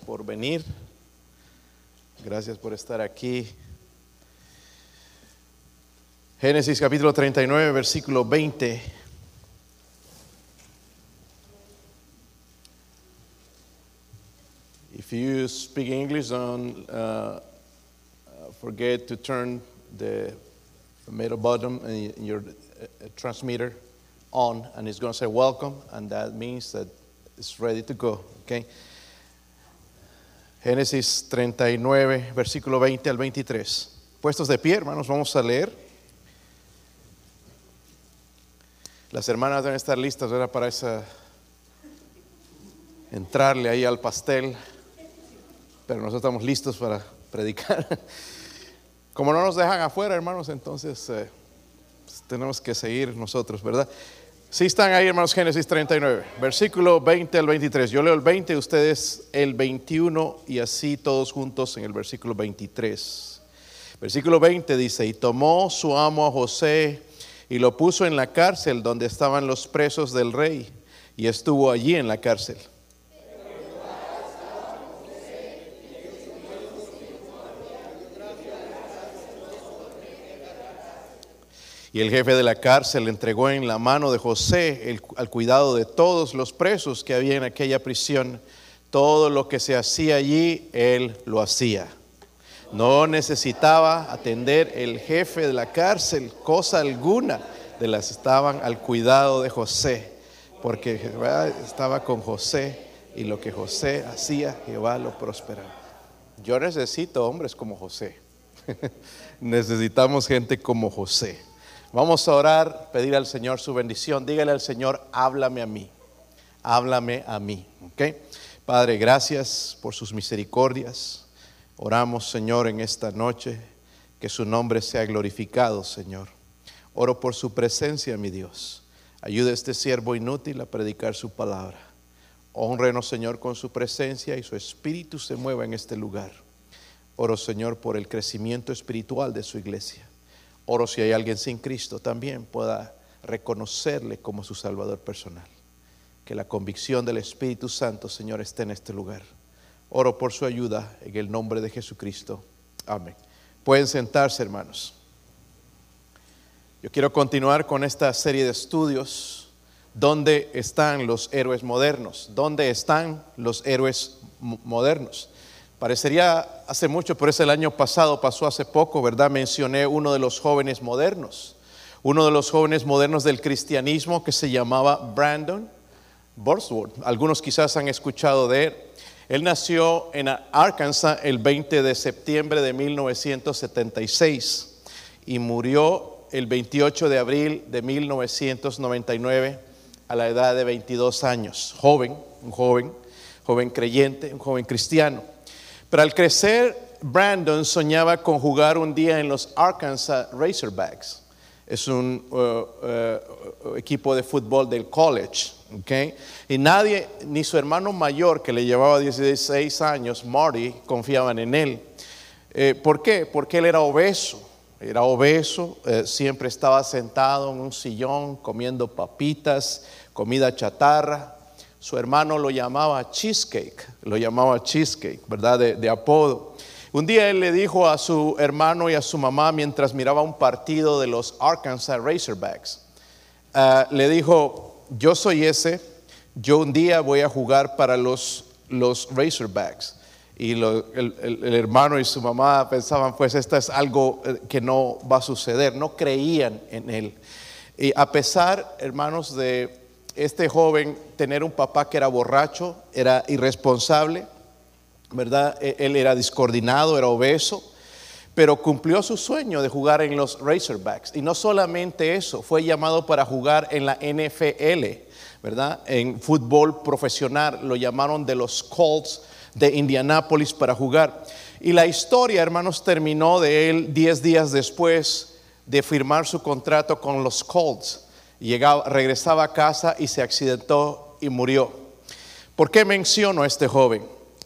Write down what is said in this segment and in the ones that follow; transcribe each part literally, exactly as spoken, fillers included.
por venir. Gracias por estar aquí. Génesis capítulo treinta y nueve, versículo veinte. If you speak English, don't uh, forget to turn the middle button in your uh, transmitter on, and it's going to say welcome, and that means that it's ready to go. Okay. Génesis treinta y nueve, versículo veinte al veintitrés. Puestos de pie, hermanos, vamos a leer. Las hermanas deben estar listas, ¿verdad? Para esa, entrarle ahí al pastel, pero nosotros estamos listos para predicar. Como no nos dejan afuera, hermanos, entonces eh, pues tenemos que seguir nosotros, ¿verdad? Sí están ahí, hermanos. Génesis treinta y nueve, versículo veinte al veintitrés. Yo leo el veinte, ustedes el veintiuno, y así todos juntos en el versículo veintitrés. Versículo veinte dice: y tomó su amo a José y lo puso en la cárcel donde estaban los presos del rey, y estuvo allí en la cárcel. Y el jefe de la cárcel entregó en la mano de José el, al cuidado de todos los presos que había en aquella prisión. Todo lo que se hacía allí, él lo hacía. No necesitaba atender el jefe de la cárcel cosa alguna de las estaban al cuidado de José, porque Jehová estaba con José, y lo que José hacía, Jehová lo prosperaba. Yo necesito hombres como José. Necesitamos gente como José. Vamos a orar, pedir al Señor su bendición. Dígale al Señor: háblame a mí, háblame a mí. ¿Ok? Padre, gracias por sus misericordias. Oramos, Señor, en esta noche, que su nombre sea glorificado, Señor. Oro por su presencia, mi Dios. Ayuda a este siervo inútil a predicar su palabra. Hónrenos, Señor, con su presencia, y su espíritu se mueva en este lugar. Oro, Señor, por el crecimiento espiritual de su iglesia. Oro si hay alguien sin Cristo, también pueda reconocerle como su Salvador personal. Que la convicción del Espíritu Santo, Señor, esté en este lugar. Oro por su ayuda en el nombre de Jesucristo. Amén. Pueden sentarse, hermanos. Yo quiero continuar con esta serie de estudios. ¿Dónde están los héroes modernos? ¿Dónde están los héroes modernos? Parecería hace mucho, pero es el año pasado, pasó hace poco, ¿verdad? Mencioné uno de los jóvenes modernos, uno de los jóvenes modernos del cristianismo, que se llamaba Brandon Bosworth. Algunos quizás han escuchado de él. Él nació en Arkansas el veinte de septiembre de mil novecientos setenta y seis y murió el veintiocho de abril de mil novecientos noventa y nueve a la edad de veintidós años. Joven, un joven, joven creyente, un joven cristiano. Pero al crecer, Brandon soñaba con jugar un día en los Arkansas Razorbacks. Es un uh, uh, equipo de fútbol del college, ¿okay? Y nadie, ni su hermano mayor, que le llevaba dieciséis años, Marty, confiaban en él. Eh, ¿Por qué? Porque él era obeso. Era obeso, eh, siempre estaba sentado en un sillón comiendo papitas, comida chatarra. Su hermano lo llamaba Cheesecake, lo llamaba Cheesecake, ¿verdad? De, de apodo. Un día él le dijo a su hermano y a su mamá, mientras miraba un partido de los Arkansas Razorbacks, uh, le dijo: yo soy ese, yo un día voy a jugar para los, los Razorbacks. Y lo, el, el, el hermano y su mamá pensaban, pues esto es algo que no va a suceder, no creían en él. Y a pesar, hermanos, de este joven tener un papá que era borracho, era irresponsable, ¿verdad? Él era descoordinado, era obeso, pero cumplió su sueño de jugar en los Razorbacks. Y no solamente eso, fue llamado para jugar en la N F L, ¿verdad? En fútbol profesional. Lo llamaron de los Colts de Indianápolis para jugar. Y la historia, hermanos, terminó de él diez días después de firmar su contrato con los Colts. Llegaba, regresaba a casa y se accidentó y murió. ¿Por qué menciono a este joven?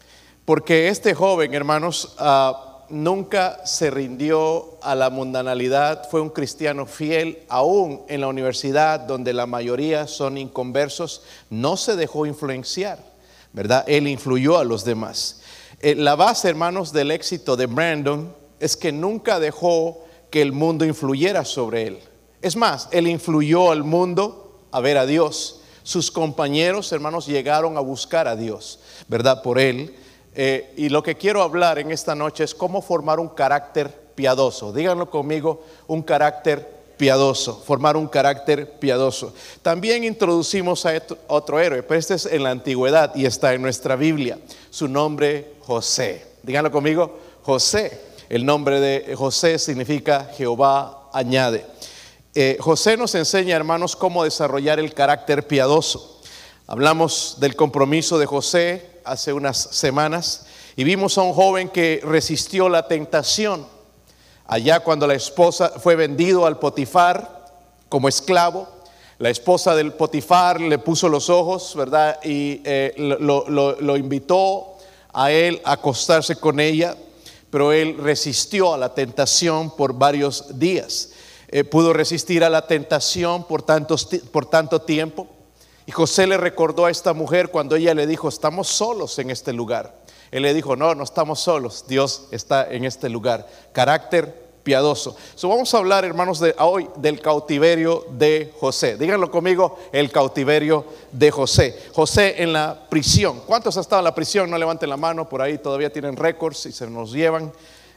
Porque este joven, hermanos, uh, nunca se rindió a la mundanalidad. Fue un cristiano fiel, aún en la universidad, donde la mayoría son inconversos. No se dejó influenciar. ¿verdad? Él influyó a los demás. Eh, la base, hermanos, del éxito de Brandon es que nunca dejó que el mundo influyera sobre él. Es más, él influyó al mundo a ver a Dios. Sus compañeros, hermanos, llegaron a buscar a Dios, ¿verdad? Por él. Eh, y lo que quiero hablar en esta noche es cómo formar un carácter piadoso. Díganlo conmigo, un carácter piadoso, formar un carácter piadoso. También introducimos a otro héroe, pero este es en la antigüedad y está en nuestra Biblia. Su nombre, José. Díganlo conmigo, José. El nombre de José significa Jehová añade. Eh, José nos enseña, hermanos, cómo desarrollar el carácter piadoso. Hablamos del compromiso de José hace unas semanas y vimos a un joven que resistió la tentación. Allá cuando la esposa fue vendido al Potifar como esclavo, la esposa del Potifar le puso los ojos, ¿verdad? Y eh, lo, lo, lo invitó a él a acostarse con ella, pero él resistió a la tentación por varios días. Eh, pudo resistir a la tentación por, tantos, por tanto tiempo. Y José le recordó a esta mujer cuando ella le dijo, estamos solos en este lugar. Él le dijo, no, no estamos solos, Dios está en este lugar. Carácter piadoso. So, vamos a hablar, hermanos, de hoy del cautiverio de José. Díganlo conmigo, el cautiverio de José. José en la prisión. ¿Cuántos han estado en la prisión? No levanten la mano, por ahí todavía tienen récords y se nos llevan.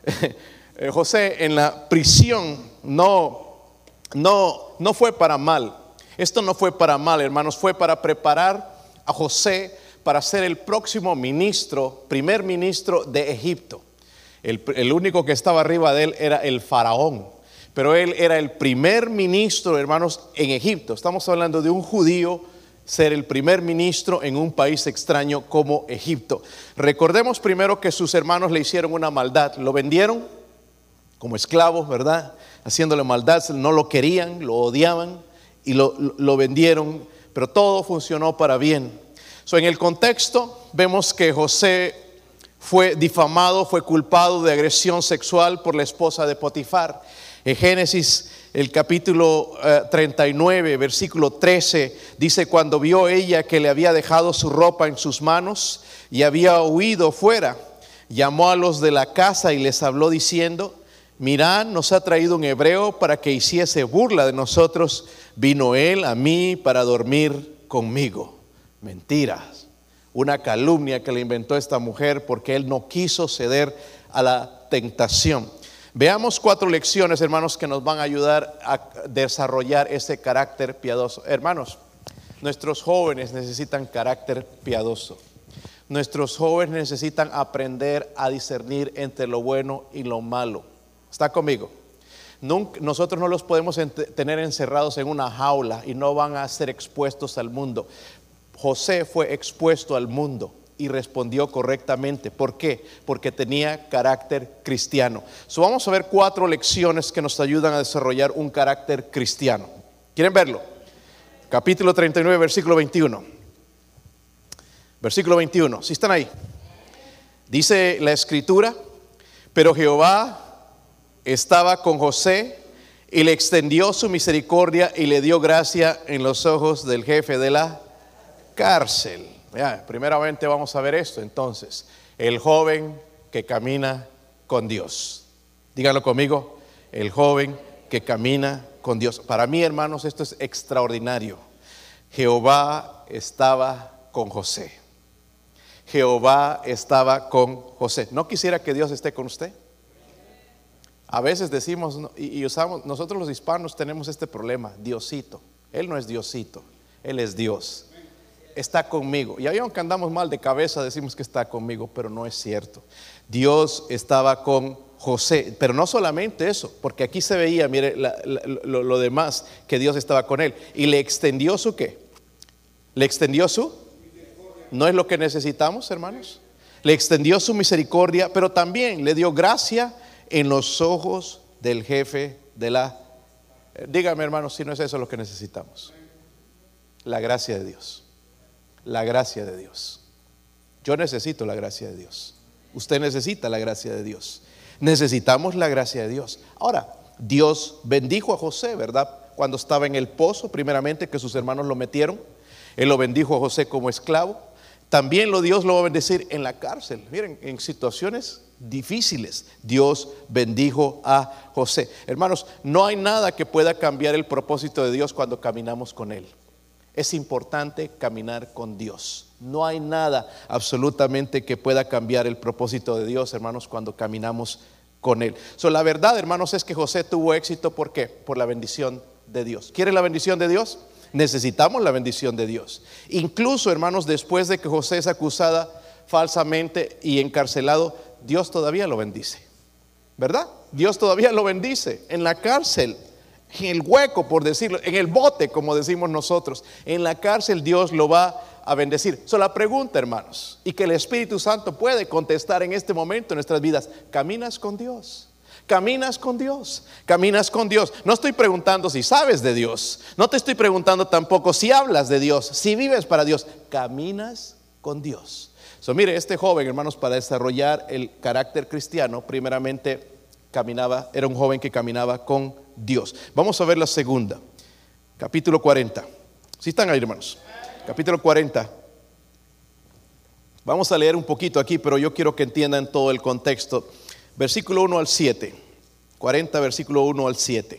José en la prisión no, no, no fue para mal. Esto no fue para mal, hermanos, fue para preparar a José para ser el próximo ministro, primer ministro de Egipto. El, el único que estaba arriba de él era el faraón, pero él era el primer ministro, hermanos, en Egipto. Estamos hablando de un judío ser el primer ministro en un país extraño como Egipto. Recordemos primero que sus hermanos le hicieron una maldad, lo vendieron como esclavo, ¿verdad? Haciéndole maldad, no lo querían, lo odiaban y lo, lo vendieron, pero todo funcionó para bien. So, en el contexto vemos que José fue difamado, fue culpado de agresión sexual por la esposa de Potifar. En Génesis, el capítulo eh, treinta y nueve, versículo trece, dice, cuando vio ella que le había dejado su ropa en sus manos y había huido fuera, llamó a los de la casa y les habló diciendo, mirad, nos ha traído un hebreo para que hiciese burla de nosotros. Vino él a mí para dormir conmigo. Mentiras, una calumnia que le inventó esta mujer porque él no quiso ceder a la tentación. Veamos cuatro lecciones, hermanos, que nos van a ayudar a desarrollar ese carácter piadoso. Hermanos, nuestros jóvenes necesitan carácter piadoso. Nuestros jóvenes necesitan aprender a discernir entre lo bueno y lo malo. ¿Está conmigo? Nunca, nosotros no los podemos ent- tener encerrados en una jaula y no van a ser expuestos al mundo. José fue expuesto al mundo y respondió correctamente. ¿Por qué? Porque tenía carácter cristiano. So, vamos a ver cuatro lecciones que nos ayudan a desarrollar un carácter cristiano. ¿Quieren verlo? Capítulo treinta y nueve, versículo veintiuno. Versículo veintiuno. ¿Sí están ahí? Dice la escritura, pero Jehová estaba con José y le extendió su misericordia y le dio gracia en los ojos del jefe de la cárcel. Ya, primeramente vamos a ver esto entonces. El joven que camina con Dios. Díganlo conmigo, el joven que camina con Dios. Para mí, hermanos, esto es extraordinario. Jehová estaba con José. Jehová estaba con José. ¿No quisiera que Dios esté con usted? A veces decimos y usamos, nosotros los hispanos tenemos este problema, Diosito. Él no es Diosito, Él es Dios. Está conmigo. Y ahí, aunque andamos mal de cabeza, decimos que está conmigo, pero no es cierto. Dios estaba con José, pero no solamente eso, porque aquí se veía, mire, la, la, lo, lo demás, que Dios estaba con él. Y le extendió su ¿qué? Le extendió su, ¿no es lo que necesitamos, hermanos? Le extendió su misericordia, pero también le dio gracia en los ojos del jefe de la... Dígame, hermanos, si no es eso lo que necesitamos. La gracia de Dios. La gracia de Dios. Yo necesito la gracia de Dios. Usted necesita la gracia de Dios. Necesitamos la gracia de Dios. Ahora, Dios bendijo a José, ¿verdad? Cuando estaba en el pozo, primeramente, que sus hermanos lo metieron. Él lo bendijo a José como esclavo. También lo Dios lo va a bendecir en la cárcel. Miren, en situaciones difíciles, Dios bendijo a José. Hermanos, no hay nada que pueda cambiar el propósito de Dios cuando caminamos con Él. Es importante caminar con Dios. No hay nada absolutamente que pueda cambiar el propósito de Dios, hermanos, cuando caminamos con Él. So, la verdad, hermanos, es que José tuvo éxito. ¿Por qué? Por la bendición de Dios. ¿Quiere la bendición de Dios? Necesitamos la bendición de Dios. Incluso, hermanos, después de que José es acusada falsamente y encarcelado, Dios todavía lo bendice, ¿verdad? Dios todavía lo bendice en la cárcel, en el hueco, por decirlo, en el bote, como decimos nosotros. En la cárcel Dios lo va a bendecir. So, la pregunta, hermanos, y que el Espíritu Santo puede contestar en este momento en nuestras vidas: ¿caminas con Dios? Caminas con Dios, caminas con Dios. No estoy preguntando si sabes de Dios, no te estoy preguntando tampoco si hablas de Dios, si vives para Dios. Caminas con Dios. So, mire, este joven, hermanos, para desarrollar el carácter cristiano, primeramente caminaba, era un joven que caminaba con Dios. Vamos a ver la segunda, capítulo cuarenta. ¿Sí están ahí, hermanos? Capítulo cuarenta. Vamos a leer un poquito aquí, pero yo quiero que entiendan todo el contexto. Versículo uno al siete. cuarenta, versículo uno al siete.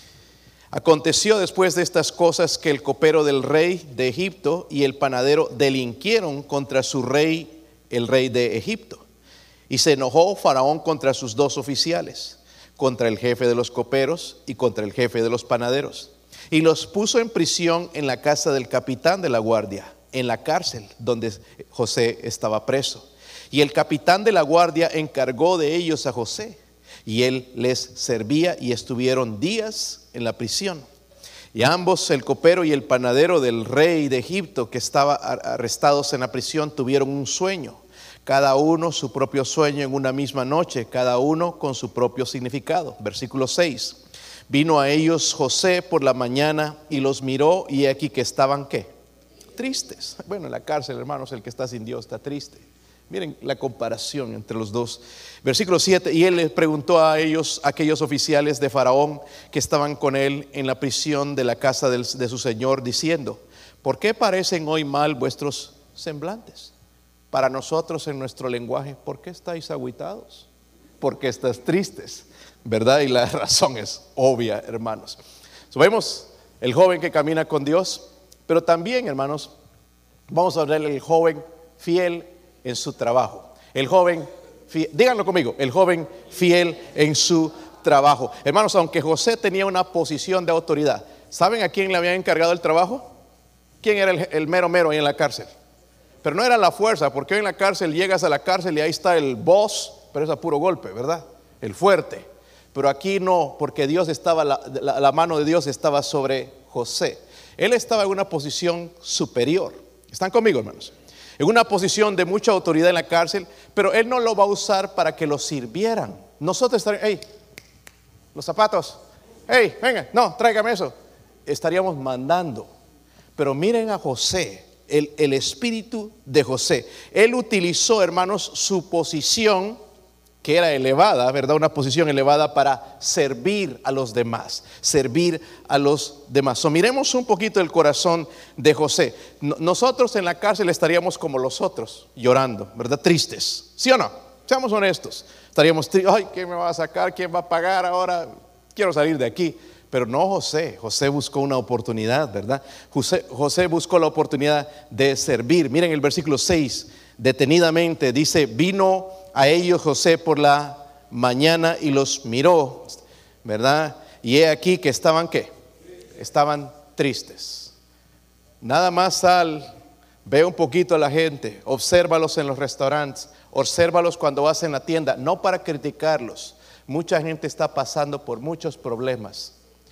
Aconteció después de estas cosas que el copero del rey de Egipto y el panadero delinquieron contra su rey, el rey de Egipto. Y se enojó Faraón contra sus dos oficiales, contra el jefe de los coperos y contra el jefe de los panaderos. Y los puso en prisión en la casa del capitán de la guardia, en la cárcel donde José estaba preso. Y el capitán de la guardia encargó de ellos a José, y él les servía, y estuvieron días en la prisión. Y ambos, el copero y el panadero del rey de Egipto, que estaban arrestados en la prisión, tuvieron un sueño, cada uno su propio sueño en una misma noche, cada uno con su propio significado. Versículo seis. Vino a ellos José por la mañana y los miró, y aquí que estaban, ¿qué? Tristes. Bueno, en la cárcel, hermanos, el que está sin Dios está triste. Miren la comparación entre los dos. Versículo siete. Y él les preguntó a ellos, a aquellos oficiales de Faraón que estaban con él en la prisión de la casa del, de su señor, diciendo: ¿por qué parecen hoy mal vuestros semblantes? Para nosotros, en nuestro lenguaje, ¿por qué estáis agüitados? ¿Por qué estás tristes? ¿Verdad? Y la razón es obvia, hermanos. So, vemos el joven que camina con Dios, pero también, hermanos, vamos a hablar del joven fiel en su trabajo. El joven fiel, díganlo conmigo, el joven fiel en su trabajo. Hermanos, aunque José tenía una posición de autoridad, ¿saben a quién le habían encargado el trabajo? ¿Quién era el, el mero mero ahí en la cárcel? Pero no era la fuerza, porque hoy en la cárcel llegas a la cárcel y ahí está el boss, pero es a puro golpe, ¿verdad? El fuerte. Pero aquí no, porque Dios estaba, la, la, la mano de Dios estaba sobre José. Él estaba en una posición superior. ¿Están conmigo, hermanos? En una posición de mucha autoridad en la cárcel, pero él no lo va a usar para que lo sirvieran. Nosotros estaríamos, hey, los zapatos, hey, venga, no, tráigame eso. Estaríamos mandando. Pero miren a José, el, el espíritu de José. Él utilizó, hermanos, su posición, que era elevada, ¿verdad? Una posición elevada para servir a los demás, servir a los demás. So, miremos un poquito el corazón de José. Nosotros en la cárcel estaríamos como los otros, llorando, ¿verdad? Tristes, ¿sí o no? Seamos honestos. Estaríamos tristes, ay, ¿quién me va a sacar? ¿Quién va a pagar ahora? Quiero salir de aquí. Pero no José, José buscó una oportunidad, ¿verdad? José, José buscó la oportunidad de servir. Miren el versículo seis, detenidamente dice: vino a ellos José por la mañana y los miró, ¿verdad? Y he aquí que estaban, ¿qué? Estaban tristes. Nada más sal, ve un poquito a la gente, obsérvalos en los restaurantes, obsérvalos cuando vas en la tienda, no para criticarlos. Mucha gente está pasando por muchos problemas.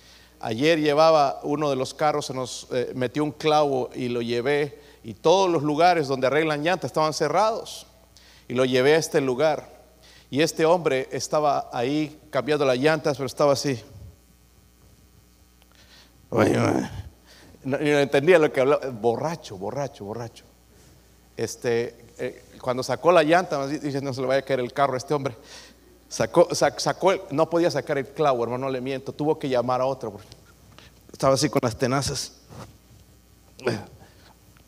Ayer llevaba uno de los carros, se nos eh, metió un clavo y lo llevé, y todos los lugares donde arreglan llantas estaban cerrados. Y lo llevé a este lugar, y este hombre estaba ahí cambiando las llantas, pero estaba así. No, no entendía lo que hablaba. Borracho, borracho, borracho. Este, eh, cuando sacó la llanta, dice: no se le vaya a caer el carro a este hombre. Sacó, sac, sacó el, no podía sacar el clavo, hermano, no le miento. Tuvo que llamar a otro. Estaba así con las tenazas.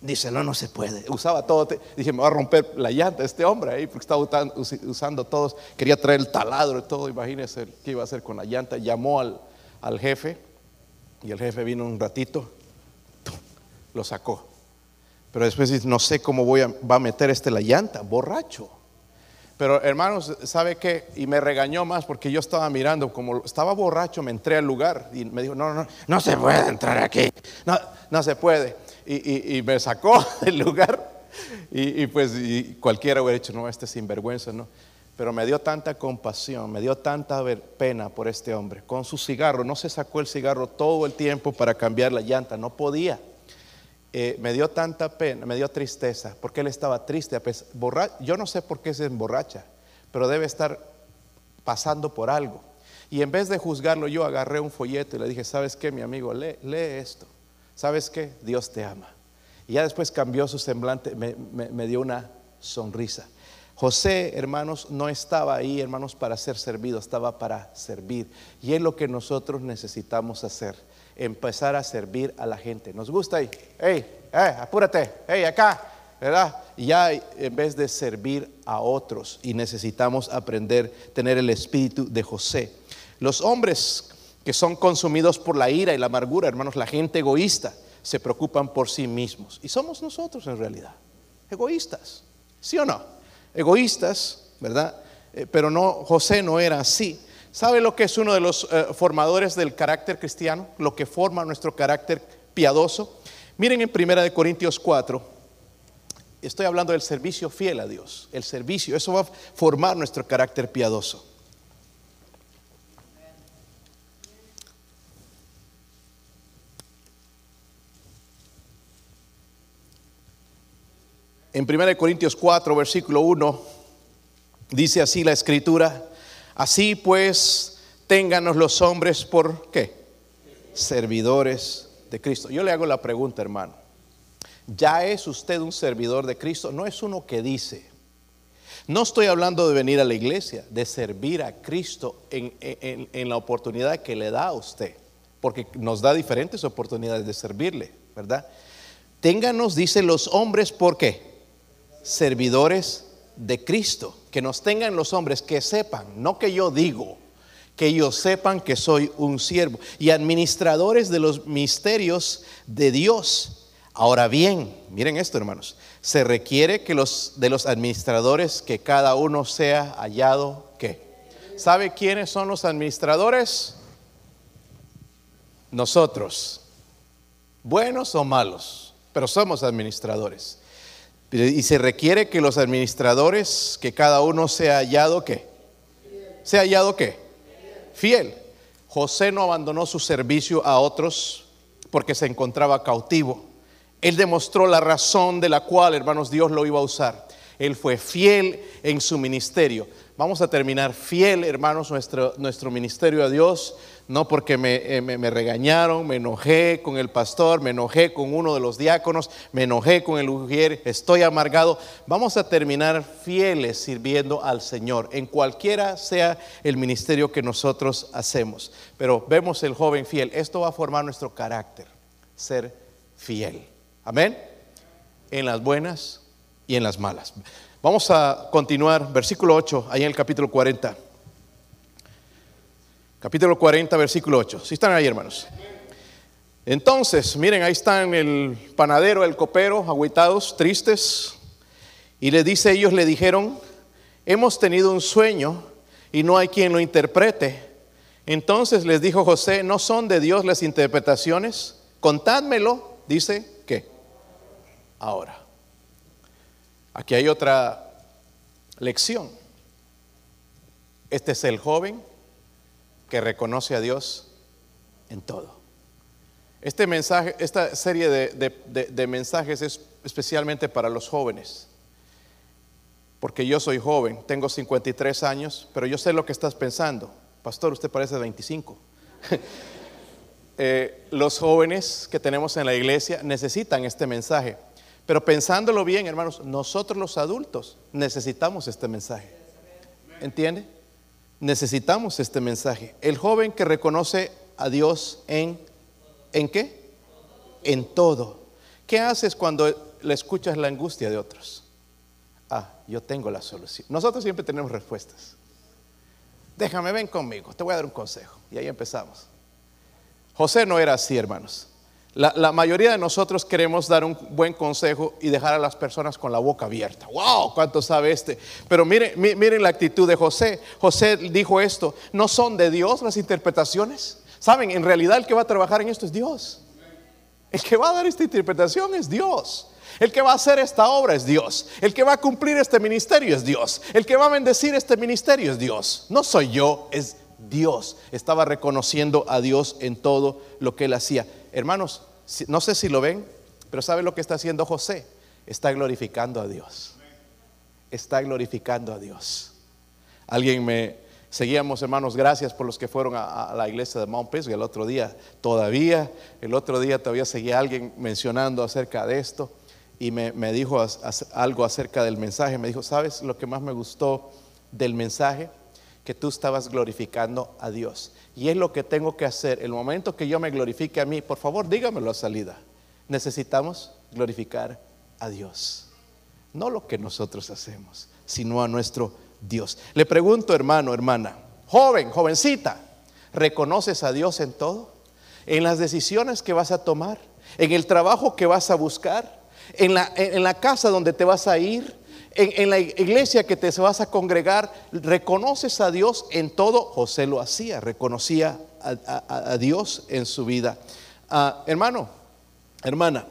Dice, no, no se puede. Usaba todo. Dije, me va a romper la llanta este hombre ahí, porque estaba usando, usando todos. Quería traer el taladro y todo. Imagínense qué iba a hacer con la llanta. Llamó al, al jefe, y el jefe vino un ratito, lo sacó. Pero después dice, no sé cómo voy a, va a meter este la llanta, borracho. Pero hermanos, ¿sabe qué? Y me regañó más porque yo estaba mirando, como estaba borracho, me entré al lugar y me dijo, no, no, no se puede entrar aquí, no, no se puede. Y, y, y me sacó del lugar y, y pues y cualquiera hubiera dicho, no, este sinvergüenza, no. Pero me dio tanta compasión, me dio tanta pena por este hombre. Con su cigarro, no se sacó el cigarro todo el tiempo para cambiar la llanta, no podía. Eh, me dio tanta pena, me dio tristeza, porque él estaba triste. Borra- yo no sé por qué se emborracha, pero debe estar pasando por algo. Y en vez de juzgarlo, yo agarré un folleto y le dije, ¿sabes qué, mi amigo? Lee, lee esto. ¿Sabes qué? Dios te ama. Y ya después cambió su semblante, me, me, me dio una sonrisa. José, hermanos, no estaba ahí, hermanos, para ser servido, estaba para servir. Y es lo que nosotros necesitamos hacer. Empezar a servir a la gente. Nos gusta ahí, hey, hey, apúrate, hey, acá, ¿verdad? Y ya en vez de servir a otros, y necesitamos aprender, tener el espíritu de José. Los hombres que son consumidos por la ira y la amargura, hermanos, la gente egoísta, se preocupan por sí mismos. Y somos nosotros en realidad, egoístas, ¿sí o no? Egoístas, ¿verdad? Eh, pero no, José no era así. ¿Sabe lo que es uno de los eh, formadores del carácter cristiano? Lo que forma nuestro carácter piadoso. Miren en primera de Corintios cuatro, estoy hablando del servicio fiel a Dios. El servicio, eso va a formar nuestro carácter piadoso. En primera de Corintios cuatro, versículo uno, dice así la escritura: así pues, ténganos los hombres por ¿qué? Servidores de Cristo. Yo le hago la pregunta, hermano. ¿Ya es usted un servidor de Cristo? No es uno que dice. No estoy hablando de venir a la iglesia, de servir a Cristo en, en, en la oportunidad que le da a usted, porque nos da diferentes oportunidades de servirle, ¿verdad? Ténganos, dice, los hombres, ¿por qué? Servidores de Cristo. Que nos tengan los hombres que sepan, no que yo digo, que ellos sepan que soy un siervo, y administradores de los misterios de Dios. Ahora bien, miren esto, hermanos, se requiere que los de los administradores, que cada uno sea hallado ¿qué? ¿Sabe quiénes son los administradores? Nosotros, buenos o malos, pero somos administradores. Y se requiere que los administradores, que cada uno sea hallado ¿qué? ¿Sea hallado qué? Fiel. José no abandonó su servicio a otros porque se encontraba cautivo. Él demostró la razón de la cual, hermanos, Dios lo iba a usar. Él fue fiel en su ministerio. Vamos a terminar fiel, hermanos, nuestro, nuestro ministerio a Dios. No porque me, eh, me, me regañaron, me enojé con el pastor, me enojé con uno de los diáconos, me enojé con el ujier, estoy amargado. Vamos a terminar fieles sirviendo al Señor, en cualquiera sea el ministerio que nosotros hacemos. Pero vemos el joven fiel. Esto va a formar nuestro carácter, ser fiel. Amén. En las buenas y en las malas. Vamos a continuar, versículo ocho, ahí en el capítulo cuarenta. Capítulo cuarenta, versículo ocho. ¿Sí están ahí, hermanos? Entonces, miren, ahí están el panadero, el copero, agüitados, tristes. Y le dice, ellos le dijeron, hemos tenido un sueño y no hay quien lo interprete. Entonces les dijo José, ¿no son de Dios las interpretaciones? Contádmelo, dice, ¿qué? Ahora. Aquí hay otra lección. Este es el joven que reconoce a Dios en todo. Este mensaje, esta serie de, de, de, de mensajes es especialmente para los jóvenes, porque yo soy joven, tengo cincuenta y tres años, pero yo sé lo que estás pensando. Pastor, usted parece de veinticinco. eh, los jóvenes que tenemos en la iglesia necesitan este mensaje, pero pensándolo bien, hermanos, nosotros los adultos necesitamos este mensaje. ¿Entiende? Necesitamos este mensaje. El joven que reconoce a Dios en ¿en qué? En todo. ¿Qué haces cuando le escuchas la angustia de otros. Ah, yo tengo la solución. Nosotros siempre tenemos respuestas. Déjame, ven conmigo, te voy a dar un consejo. Y ahí empezamos. José no era así, hermanos. La, la mayoría de nosotros queremos dar un buen consejo y dejar a las personas con la boca abierta. ¡Wow! ¿Cuánto sabe este? Pero miren, miren la actitud de José. José dijo esto: ¿no son de Dios las interpretaciones? Saben, en realidad el que va a trabajar en esto es Dios. El que va a dar esta interpretación es Dios. El que va a hacer esta obra es Dios. El que va a cumplir este ministerio es Dios. El que va a bendecir este ministerio es Dios. No soy yo, es Dios. Estaba reconociendo a Dios en todo lo que él hacía. Hermanos, no sé si lo ven, pero ¿sabe lo que está haciendo José? Está glorificando a Dios. Está glorificando a Dios. Alguien me seguíamos, hermanos, gracias por los que fueron a, a la iglesia de Mount Pisgah el otro día. Todavía, el otro día todavía seguía alguien mencionando acerca de esto. Y me, me dijo as, as, algo acerca del mensaje. Me dijo: ¿sabes lo que más me gustó del mensaje? Que tú estabas glorificando a Dios. Y es lo que tengo que hacer. El momento que yo me glorifique a mí, por favor, dígamelo a salida. Necesitamos glorificar a Dios. No lo que nosotros hacemos, sino a nuestro Dios. Le pregunto, hermano, hermana, joven, jovencita, ¿reconoces a Dios en todo? En las decisiones que vas a tomar, en el trabajo que vas a buscar, en la, en la casa donde te vas a ir, en, en la iglesia que te vas a congregar, ¿reconoces a Dios en todo? José lo hacía, reconocía a, a, a Dios en su vida. Uh, hermano, hermana,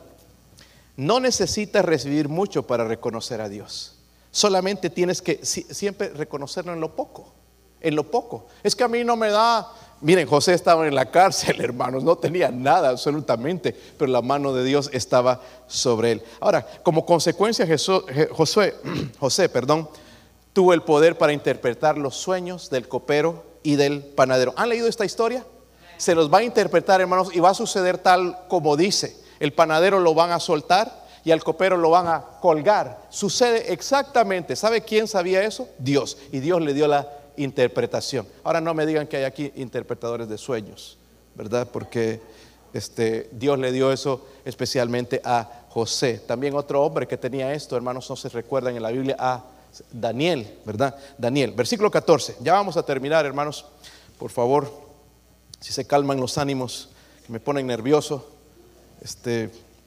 no necesitas recibir mucho para reconocer a Dios. Solamente tienes que si, siempre reconocerlo en lo poco, en lo poco. Es que a mí no me da. Miren, José estaba en la cárcel, hermanos, no tenía nada absolutamente, pero la mano de Dios estaba sobre él. Ahora, como consecuencia, Jesús, Josué, José, perdón, tuvo el poder para interpretar los sueños del copero y del panadero. ¿Han leído esta historia? Se los va a interpretar, hermanos, y va a suceder tal como dice. El panadero lo van a soltar y al copero lo van a colgar. Sucede exactamente. ¿Sabe quién sabía eso? Dios. Y Dios le dio la interpretación. Ahora no me digan que hay aquí interpretadores de sueños, ¿verdad? Porque este, Dios le dio eso especialmente a José. También otro hombre que tenía esto, hermanos, no se recuerdan en la Biblia, a Daniel, ¿verdad? Daniel, versículo catorce. Ya vamos a terminar, hermanos. Por favor, si se calman los ánimos, que me ponen nervioso. Este,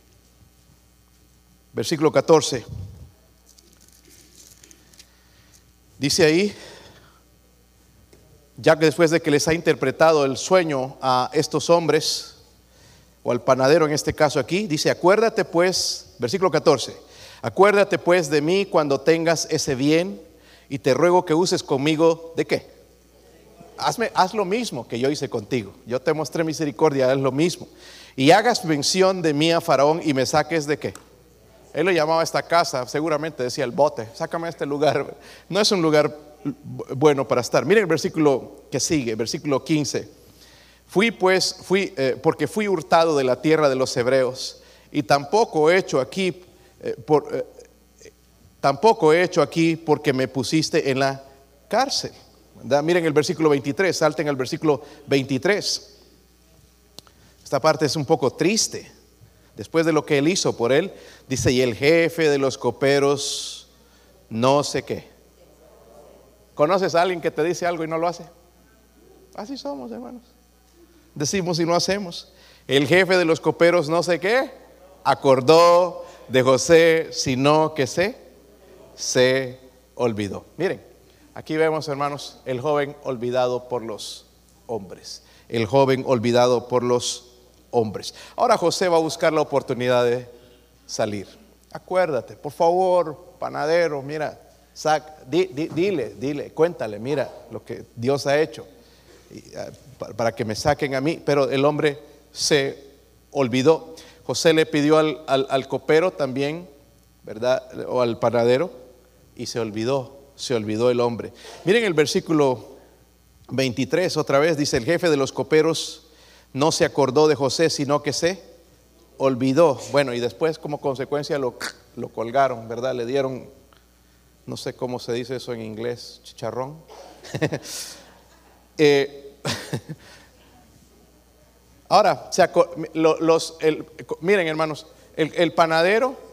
versículo catorce. Dice ahí: ya que después de que les ha interpretado el sueño a estos hombres, o al panadero en este caso aquí, dice: acuérdate pues, versículo catorce, acuérdate pues de mí cuando tengas ese bien, y te ruego que uses conmigo, ¿de qué? Hazme, haz lo mismo que yo hice contigo. Yo te mostré misericordia, haz lo mismo. Y hagas mención de mí a Faraón y me saques ¿de qué? Él lo llamaba esta casa, seguramente decía el bote, sácame a este lugar. No es un lugar bueno para estar. Miren el versículo que sigue, versículo quince. Fui pues, fui, eh, porque fui hurtado de la tierra de los hebreos, y tampoco he hecho aquí, eh, por, eh, tampoco he hecho aquí porque me pusiste en la cárcel. ¿Verdad? Miren el versículo veintitrés, salten al versículo veintitrés. Esta parte es un poco triste. Después de lo que él hizo por él, dice: y el jefe de los coperos no sé qué. ¿Conoces a alguien que te dice algo y no lo hace? Así somos, hermanos. Decimos y no hacemos. El jefe de los coperos no sé qué acordó de José, sino que se se olvidó. Miren, aquí vemos, hermanos, el joven olvidado por los hombres. El joven olvidado por los hombres. Ahora José va a buscar la oportunidad de salir. Acuérdate, por favor, panadero, mira, sac, di, di, dile, dile, cuéntale, mira lo que Dios ha hecho, y, uh, para que me saquen a mí. Pero el hombre se olvidó. José le pidió al, al, al copero también, ¿verdad? O al panadero, y se olvidó, se olvidó el hombre. Miren el versículo veintitrés, otra vez dice: el jefe de los coperos no se acordó de José, sino que se olvidó. Bueno, y después como consecuencia lo, lo colgaron, ¿verdad? Le dieron, no sé cómo se dice eso en inglés, chicharrón. eh, ahora, se acor, los, el, miren, hermanos, el, el panadero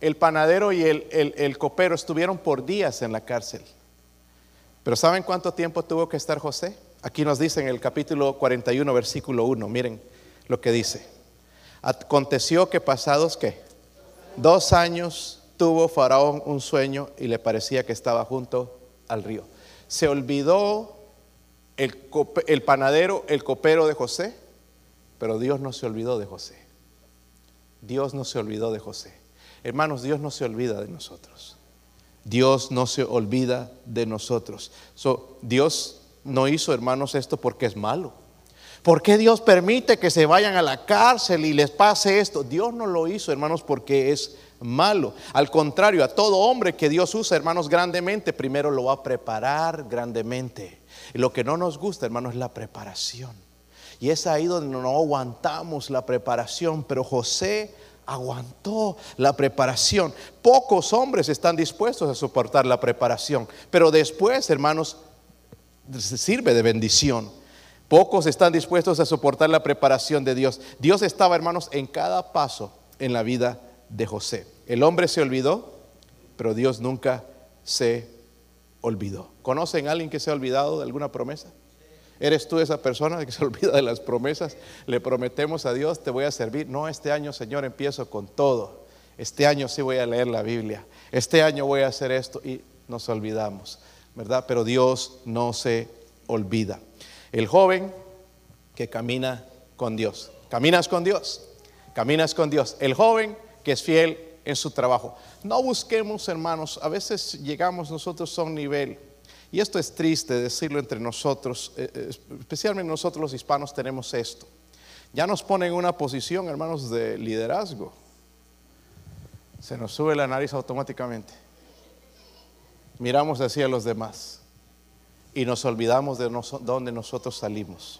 el panadero y el, el, el copero estuvieron por días en la cárcel. Pero ¿saben cuánto tiempo tuvo que estar José? Aquí nos dice en el capítulo cuarenta y uno, versículo uno, miren lo que dice. Aconteció que pasados, ¿qué? Dos años tuvo Faraón un sueño y le parecía que estaba junto al río. Se olvidó el, cope, el panadero, el copero de José, pero Dios no se olvidó de José. Dios no se olvidó de José. Hermanos, Dios no se olvida de nosotros. Dios no se olvida de nosotros. So, Dios no hizo, hermanos, esto porque es malo. ¿Por qué Dios permite que se vayan a la cárcel y les pase esto? Dios no lo hizo, hermanos, porque es malo. Al contrario, a todo hombre que Dios usa, hermanos, grandemente, primero lo va a preparar grandemente. Y lo que no nos gusta, hermanos, es la preparación. Y es ahí donde no aguantamos la preparación. Pero José aguantó la preparación. Pocos hombres están dispuestos a soportar la preparación, pero después, hermanos, sirve de bendición. Pocos están dispuestos a soportar la preparación de Dios. Dios estaba, hermanos, en cada paso en la vida de José. El hombre se olvidó, pero Dios nunca se olvidó. ¿Conocen a alguien que se ha olvidado de alguna promesa? ¿Eres tú esa persona que se olvida de las promesas? Le prometemos a Dios, te voy a servir. No, este año, Señor, empiezo con todo. Este año sí voy a leer la Biblia. Este año voy a hacer esto, y nos olvidamos, ¿verdad? Pero Dios no se olvida. El joven que camina con Dios. ¿Caminas con Dios? Caminas con Dios. El joven que es fiel en su trabajo. No busquemos, hermanos, a veces llegamos nosotros a un nivel, y esto es triste decirlo entre nosotros, especialmente nosotros los hispanos tenemos esto. Ya nos ponen en una posición, hermanos, de liderazgo. Se nos sube la nariz automáticamente. Miramos hacia los demás y nos olvidamos de nos, dónde nosotros salimos.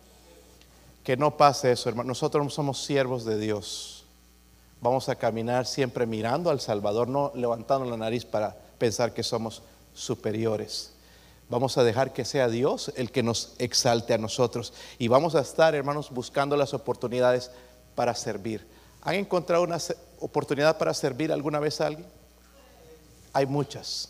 Que no pase eso, hermano. Nosotros no somos siervos de Dios. Vamos a caminar siempre mirando al Salvador, no levantando la nariz para pensar que somos superiores. Vamos a dejar que sea Dios el que nos exalte a nosotros. Y vamos a estar, hermanos, buscando las oportunidades para servir. ¿Han encontrado una oportunidad para servir alguna vez a alguien? Hay muchas.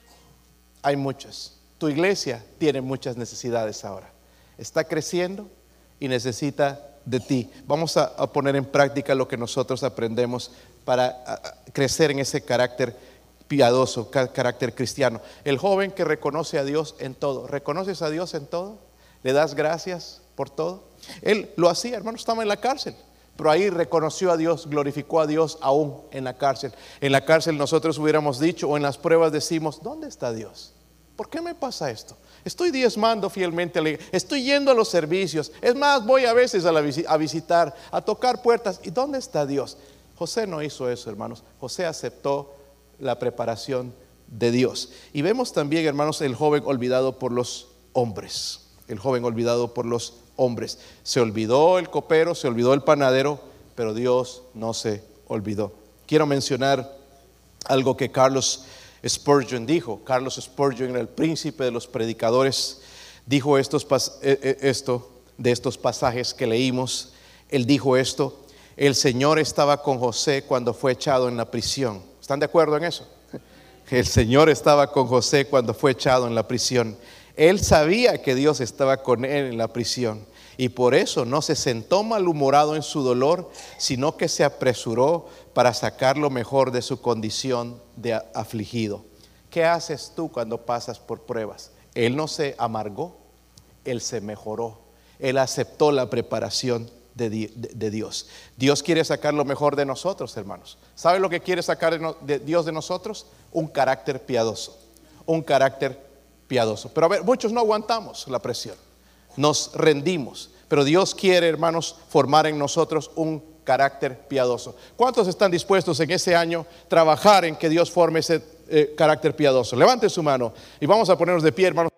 Hay muchas. Tu iglesia tiene muchas necesidades ahora. Está creciendo y necesita de ti. Vamos a, a poner en práctica lo que nosotros aprendemos para a, a crecer en ese carácter piadoso, carácter cristiano. El joven que reconoce a Dios en todo. ¿Reconoces a Dios en todo? ¿Le das gracias por todo? Él lo hacía, hermano, estaba en la cárcel, pero ahí reconoció a Dios, glorificó a Dios aún en la cárcel. En la cárcel nosotros hubiéramos dicho, o en las pruebas decimos, ¿dónde está Dios? ¿Por qué me pasa esto? Estoy diezmando fielmente a la iglesia, estoy yendo a los servicios, es más, voy a veces a, la, a visitar, a tocar puertas. ¿Y dónde está Dios? José no hizo eso, hermanos. José aceptó la preparación de Dios. Y vemos también, hermanos, el joven olvidado por los hombres. El joven olvidado por los hombres. Se olvidó el copero, se olvidó el panadero, pero Dios no se olvidó. Quiero mencionar algo que Carlos Spurgeon dijo. Carlos Spurgeon era el príncipe de los predicadores. Dijo estos, esto de estos pasajes que leímos. Él dijo esto: el Señor estaba con José cuando fue echado en la prisión. ¿Están de acuerdo en eso? El Señor estaba con José cuando fue echado en la prisión. Él sabía que Dios estaba con él en la prisión, y por eso no se sentó malhumorado en su dolor, sino que se apresuró para sacar lo mejor de su condición de afligido. ¿Qué haces tú cuando pasas por pruebas? Él no se amargó, él se mejoró, él aceptó la preparación de, de, de Dios. Dios quiere sacar lo mejor de nosotros, hermanos. ¿Sabe lo que quiere sacar de, no, de Dios de nosotros? Un carácter piadoso, un carácter piadoso. Pero a ver, muchos no aguantamos la presión, nos rendimos. Pero Dios quiere, hermanos, formar en nosotros un carácter piadoso. ¿Cuántos están dispuestos en ese año trabajar en que Dios forme ese eh, carácter piadoso? Levante su mano y vamos a ponernos de pie, hermanos.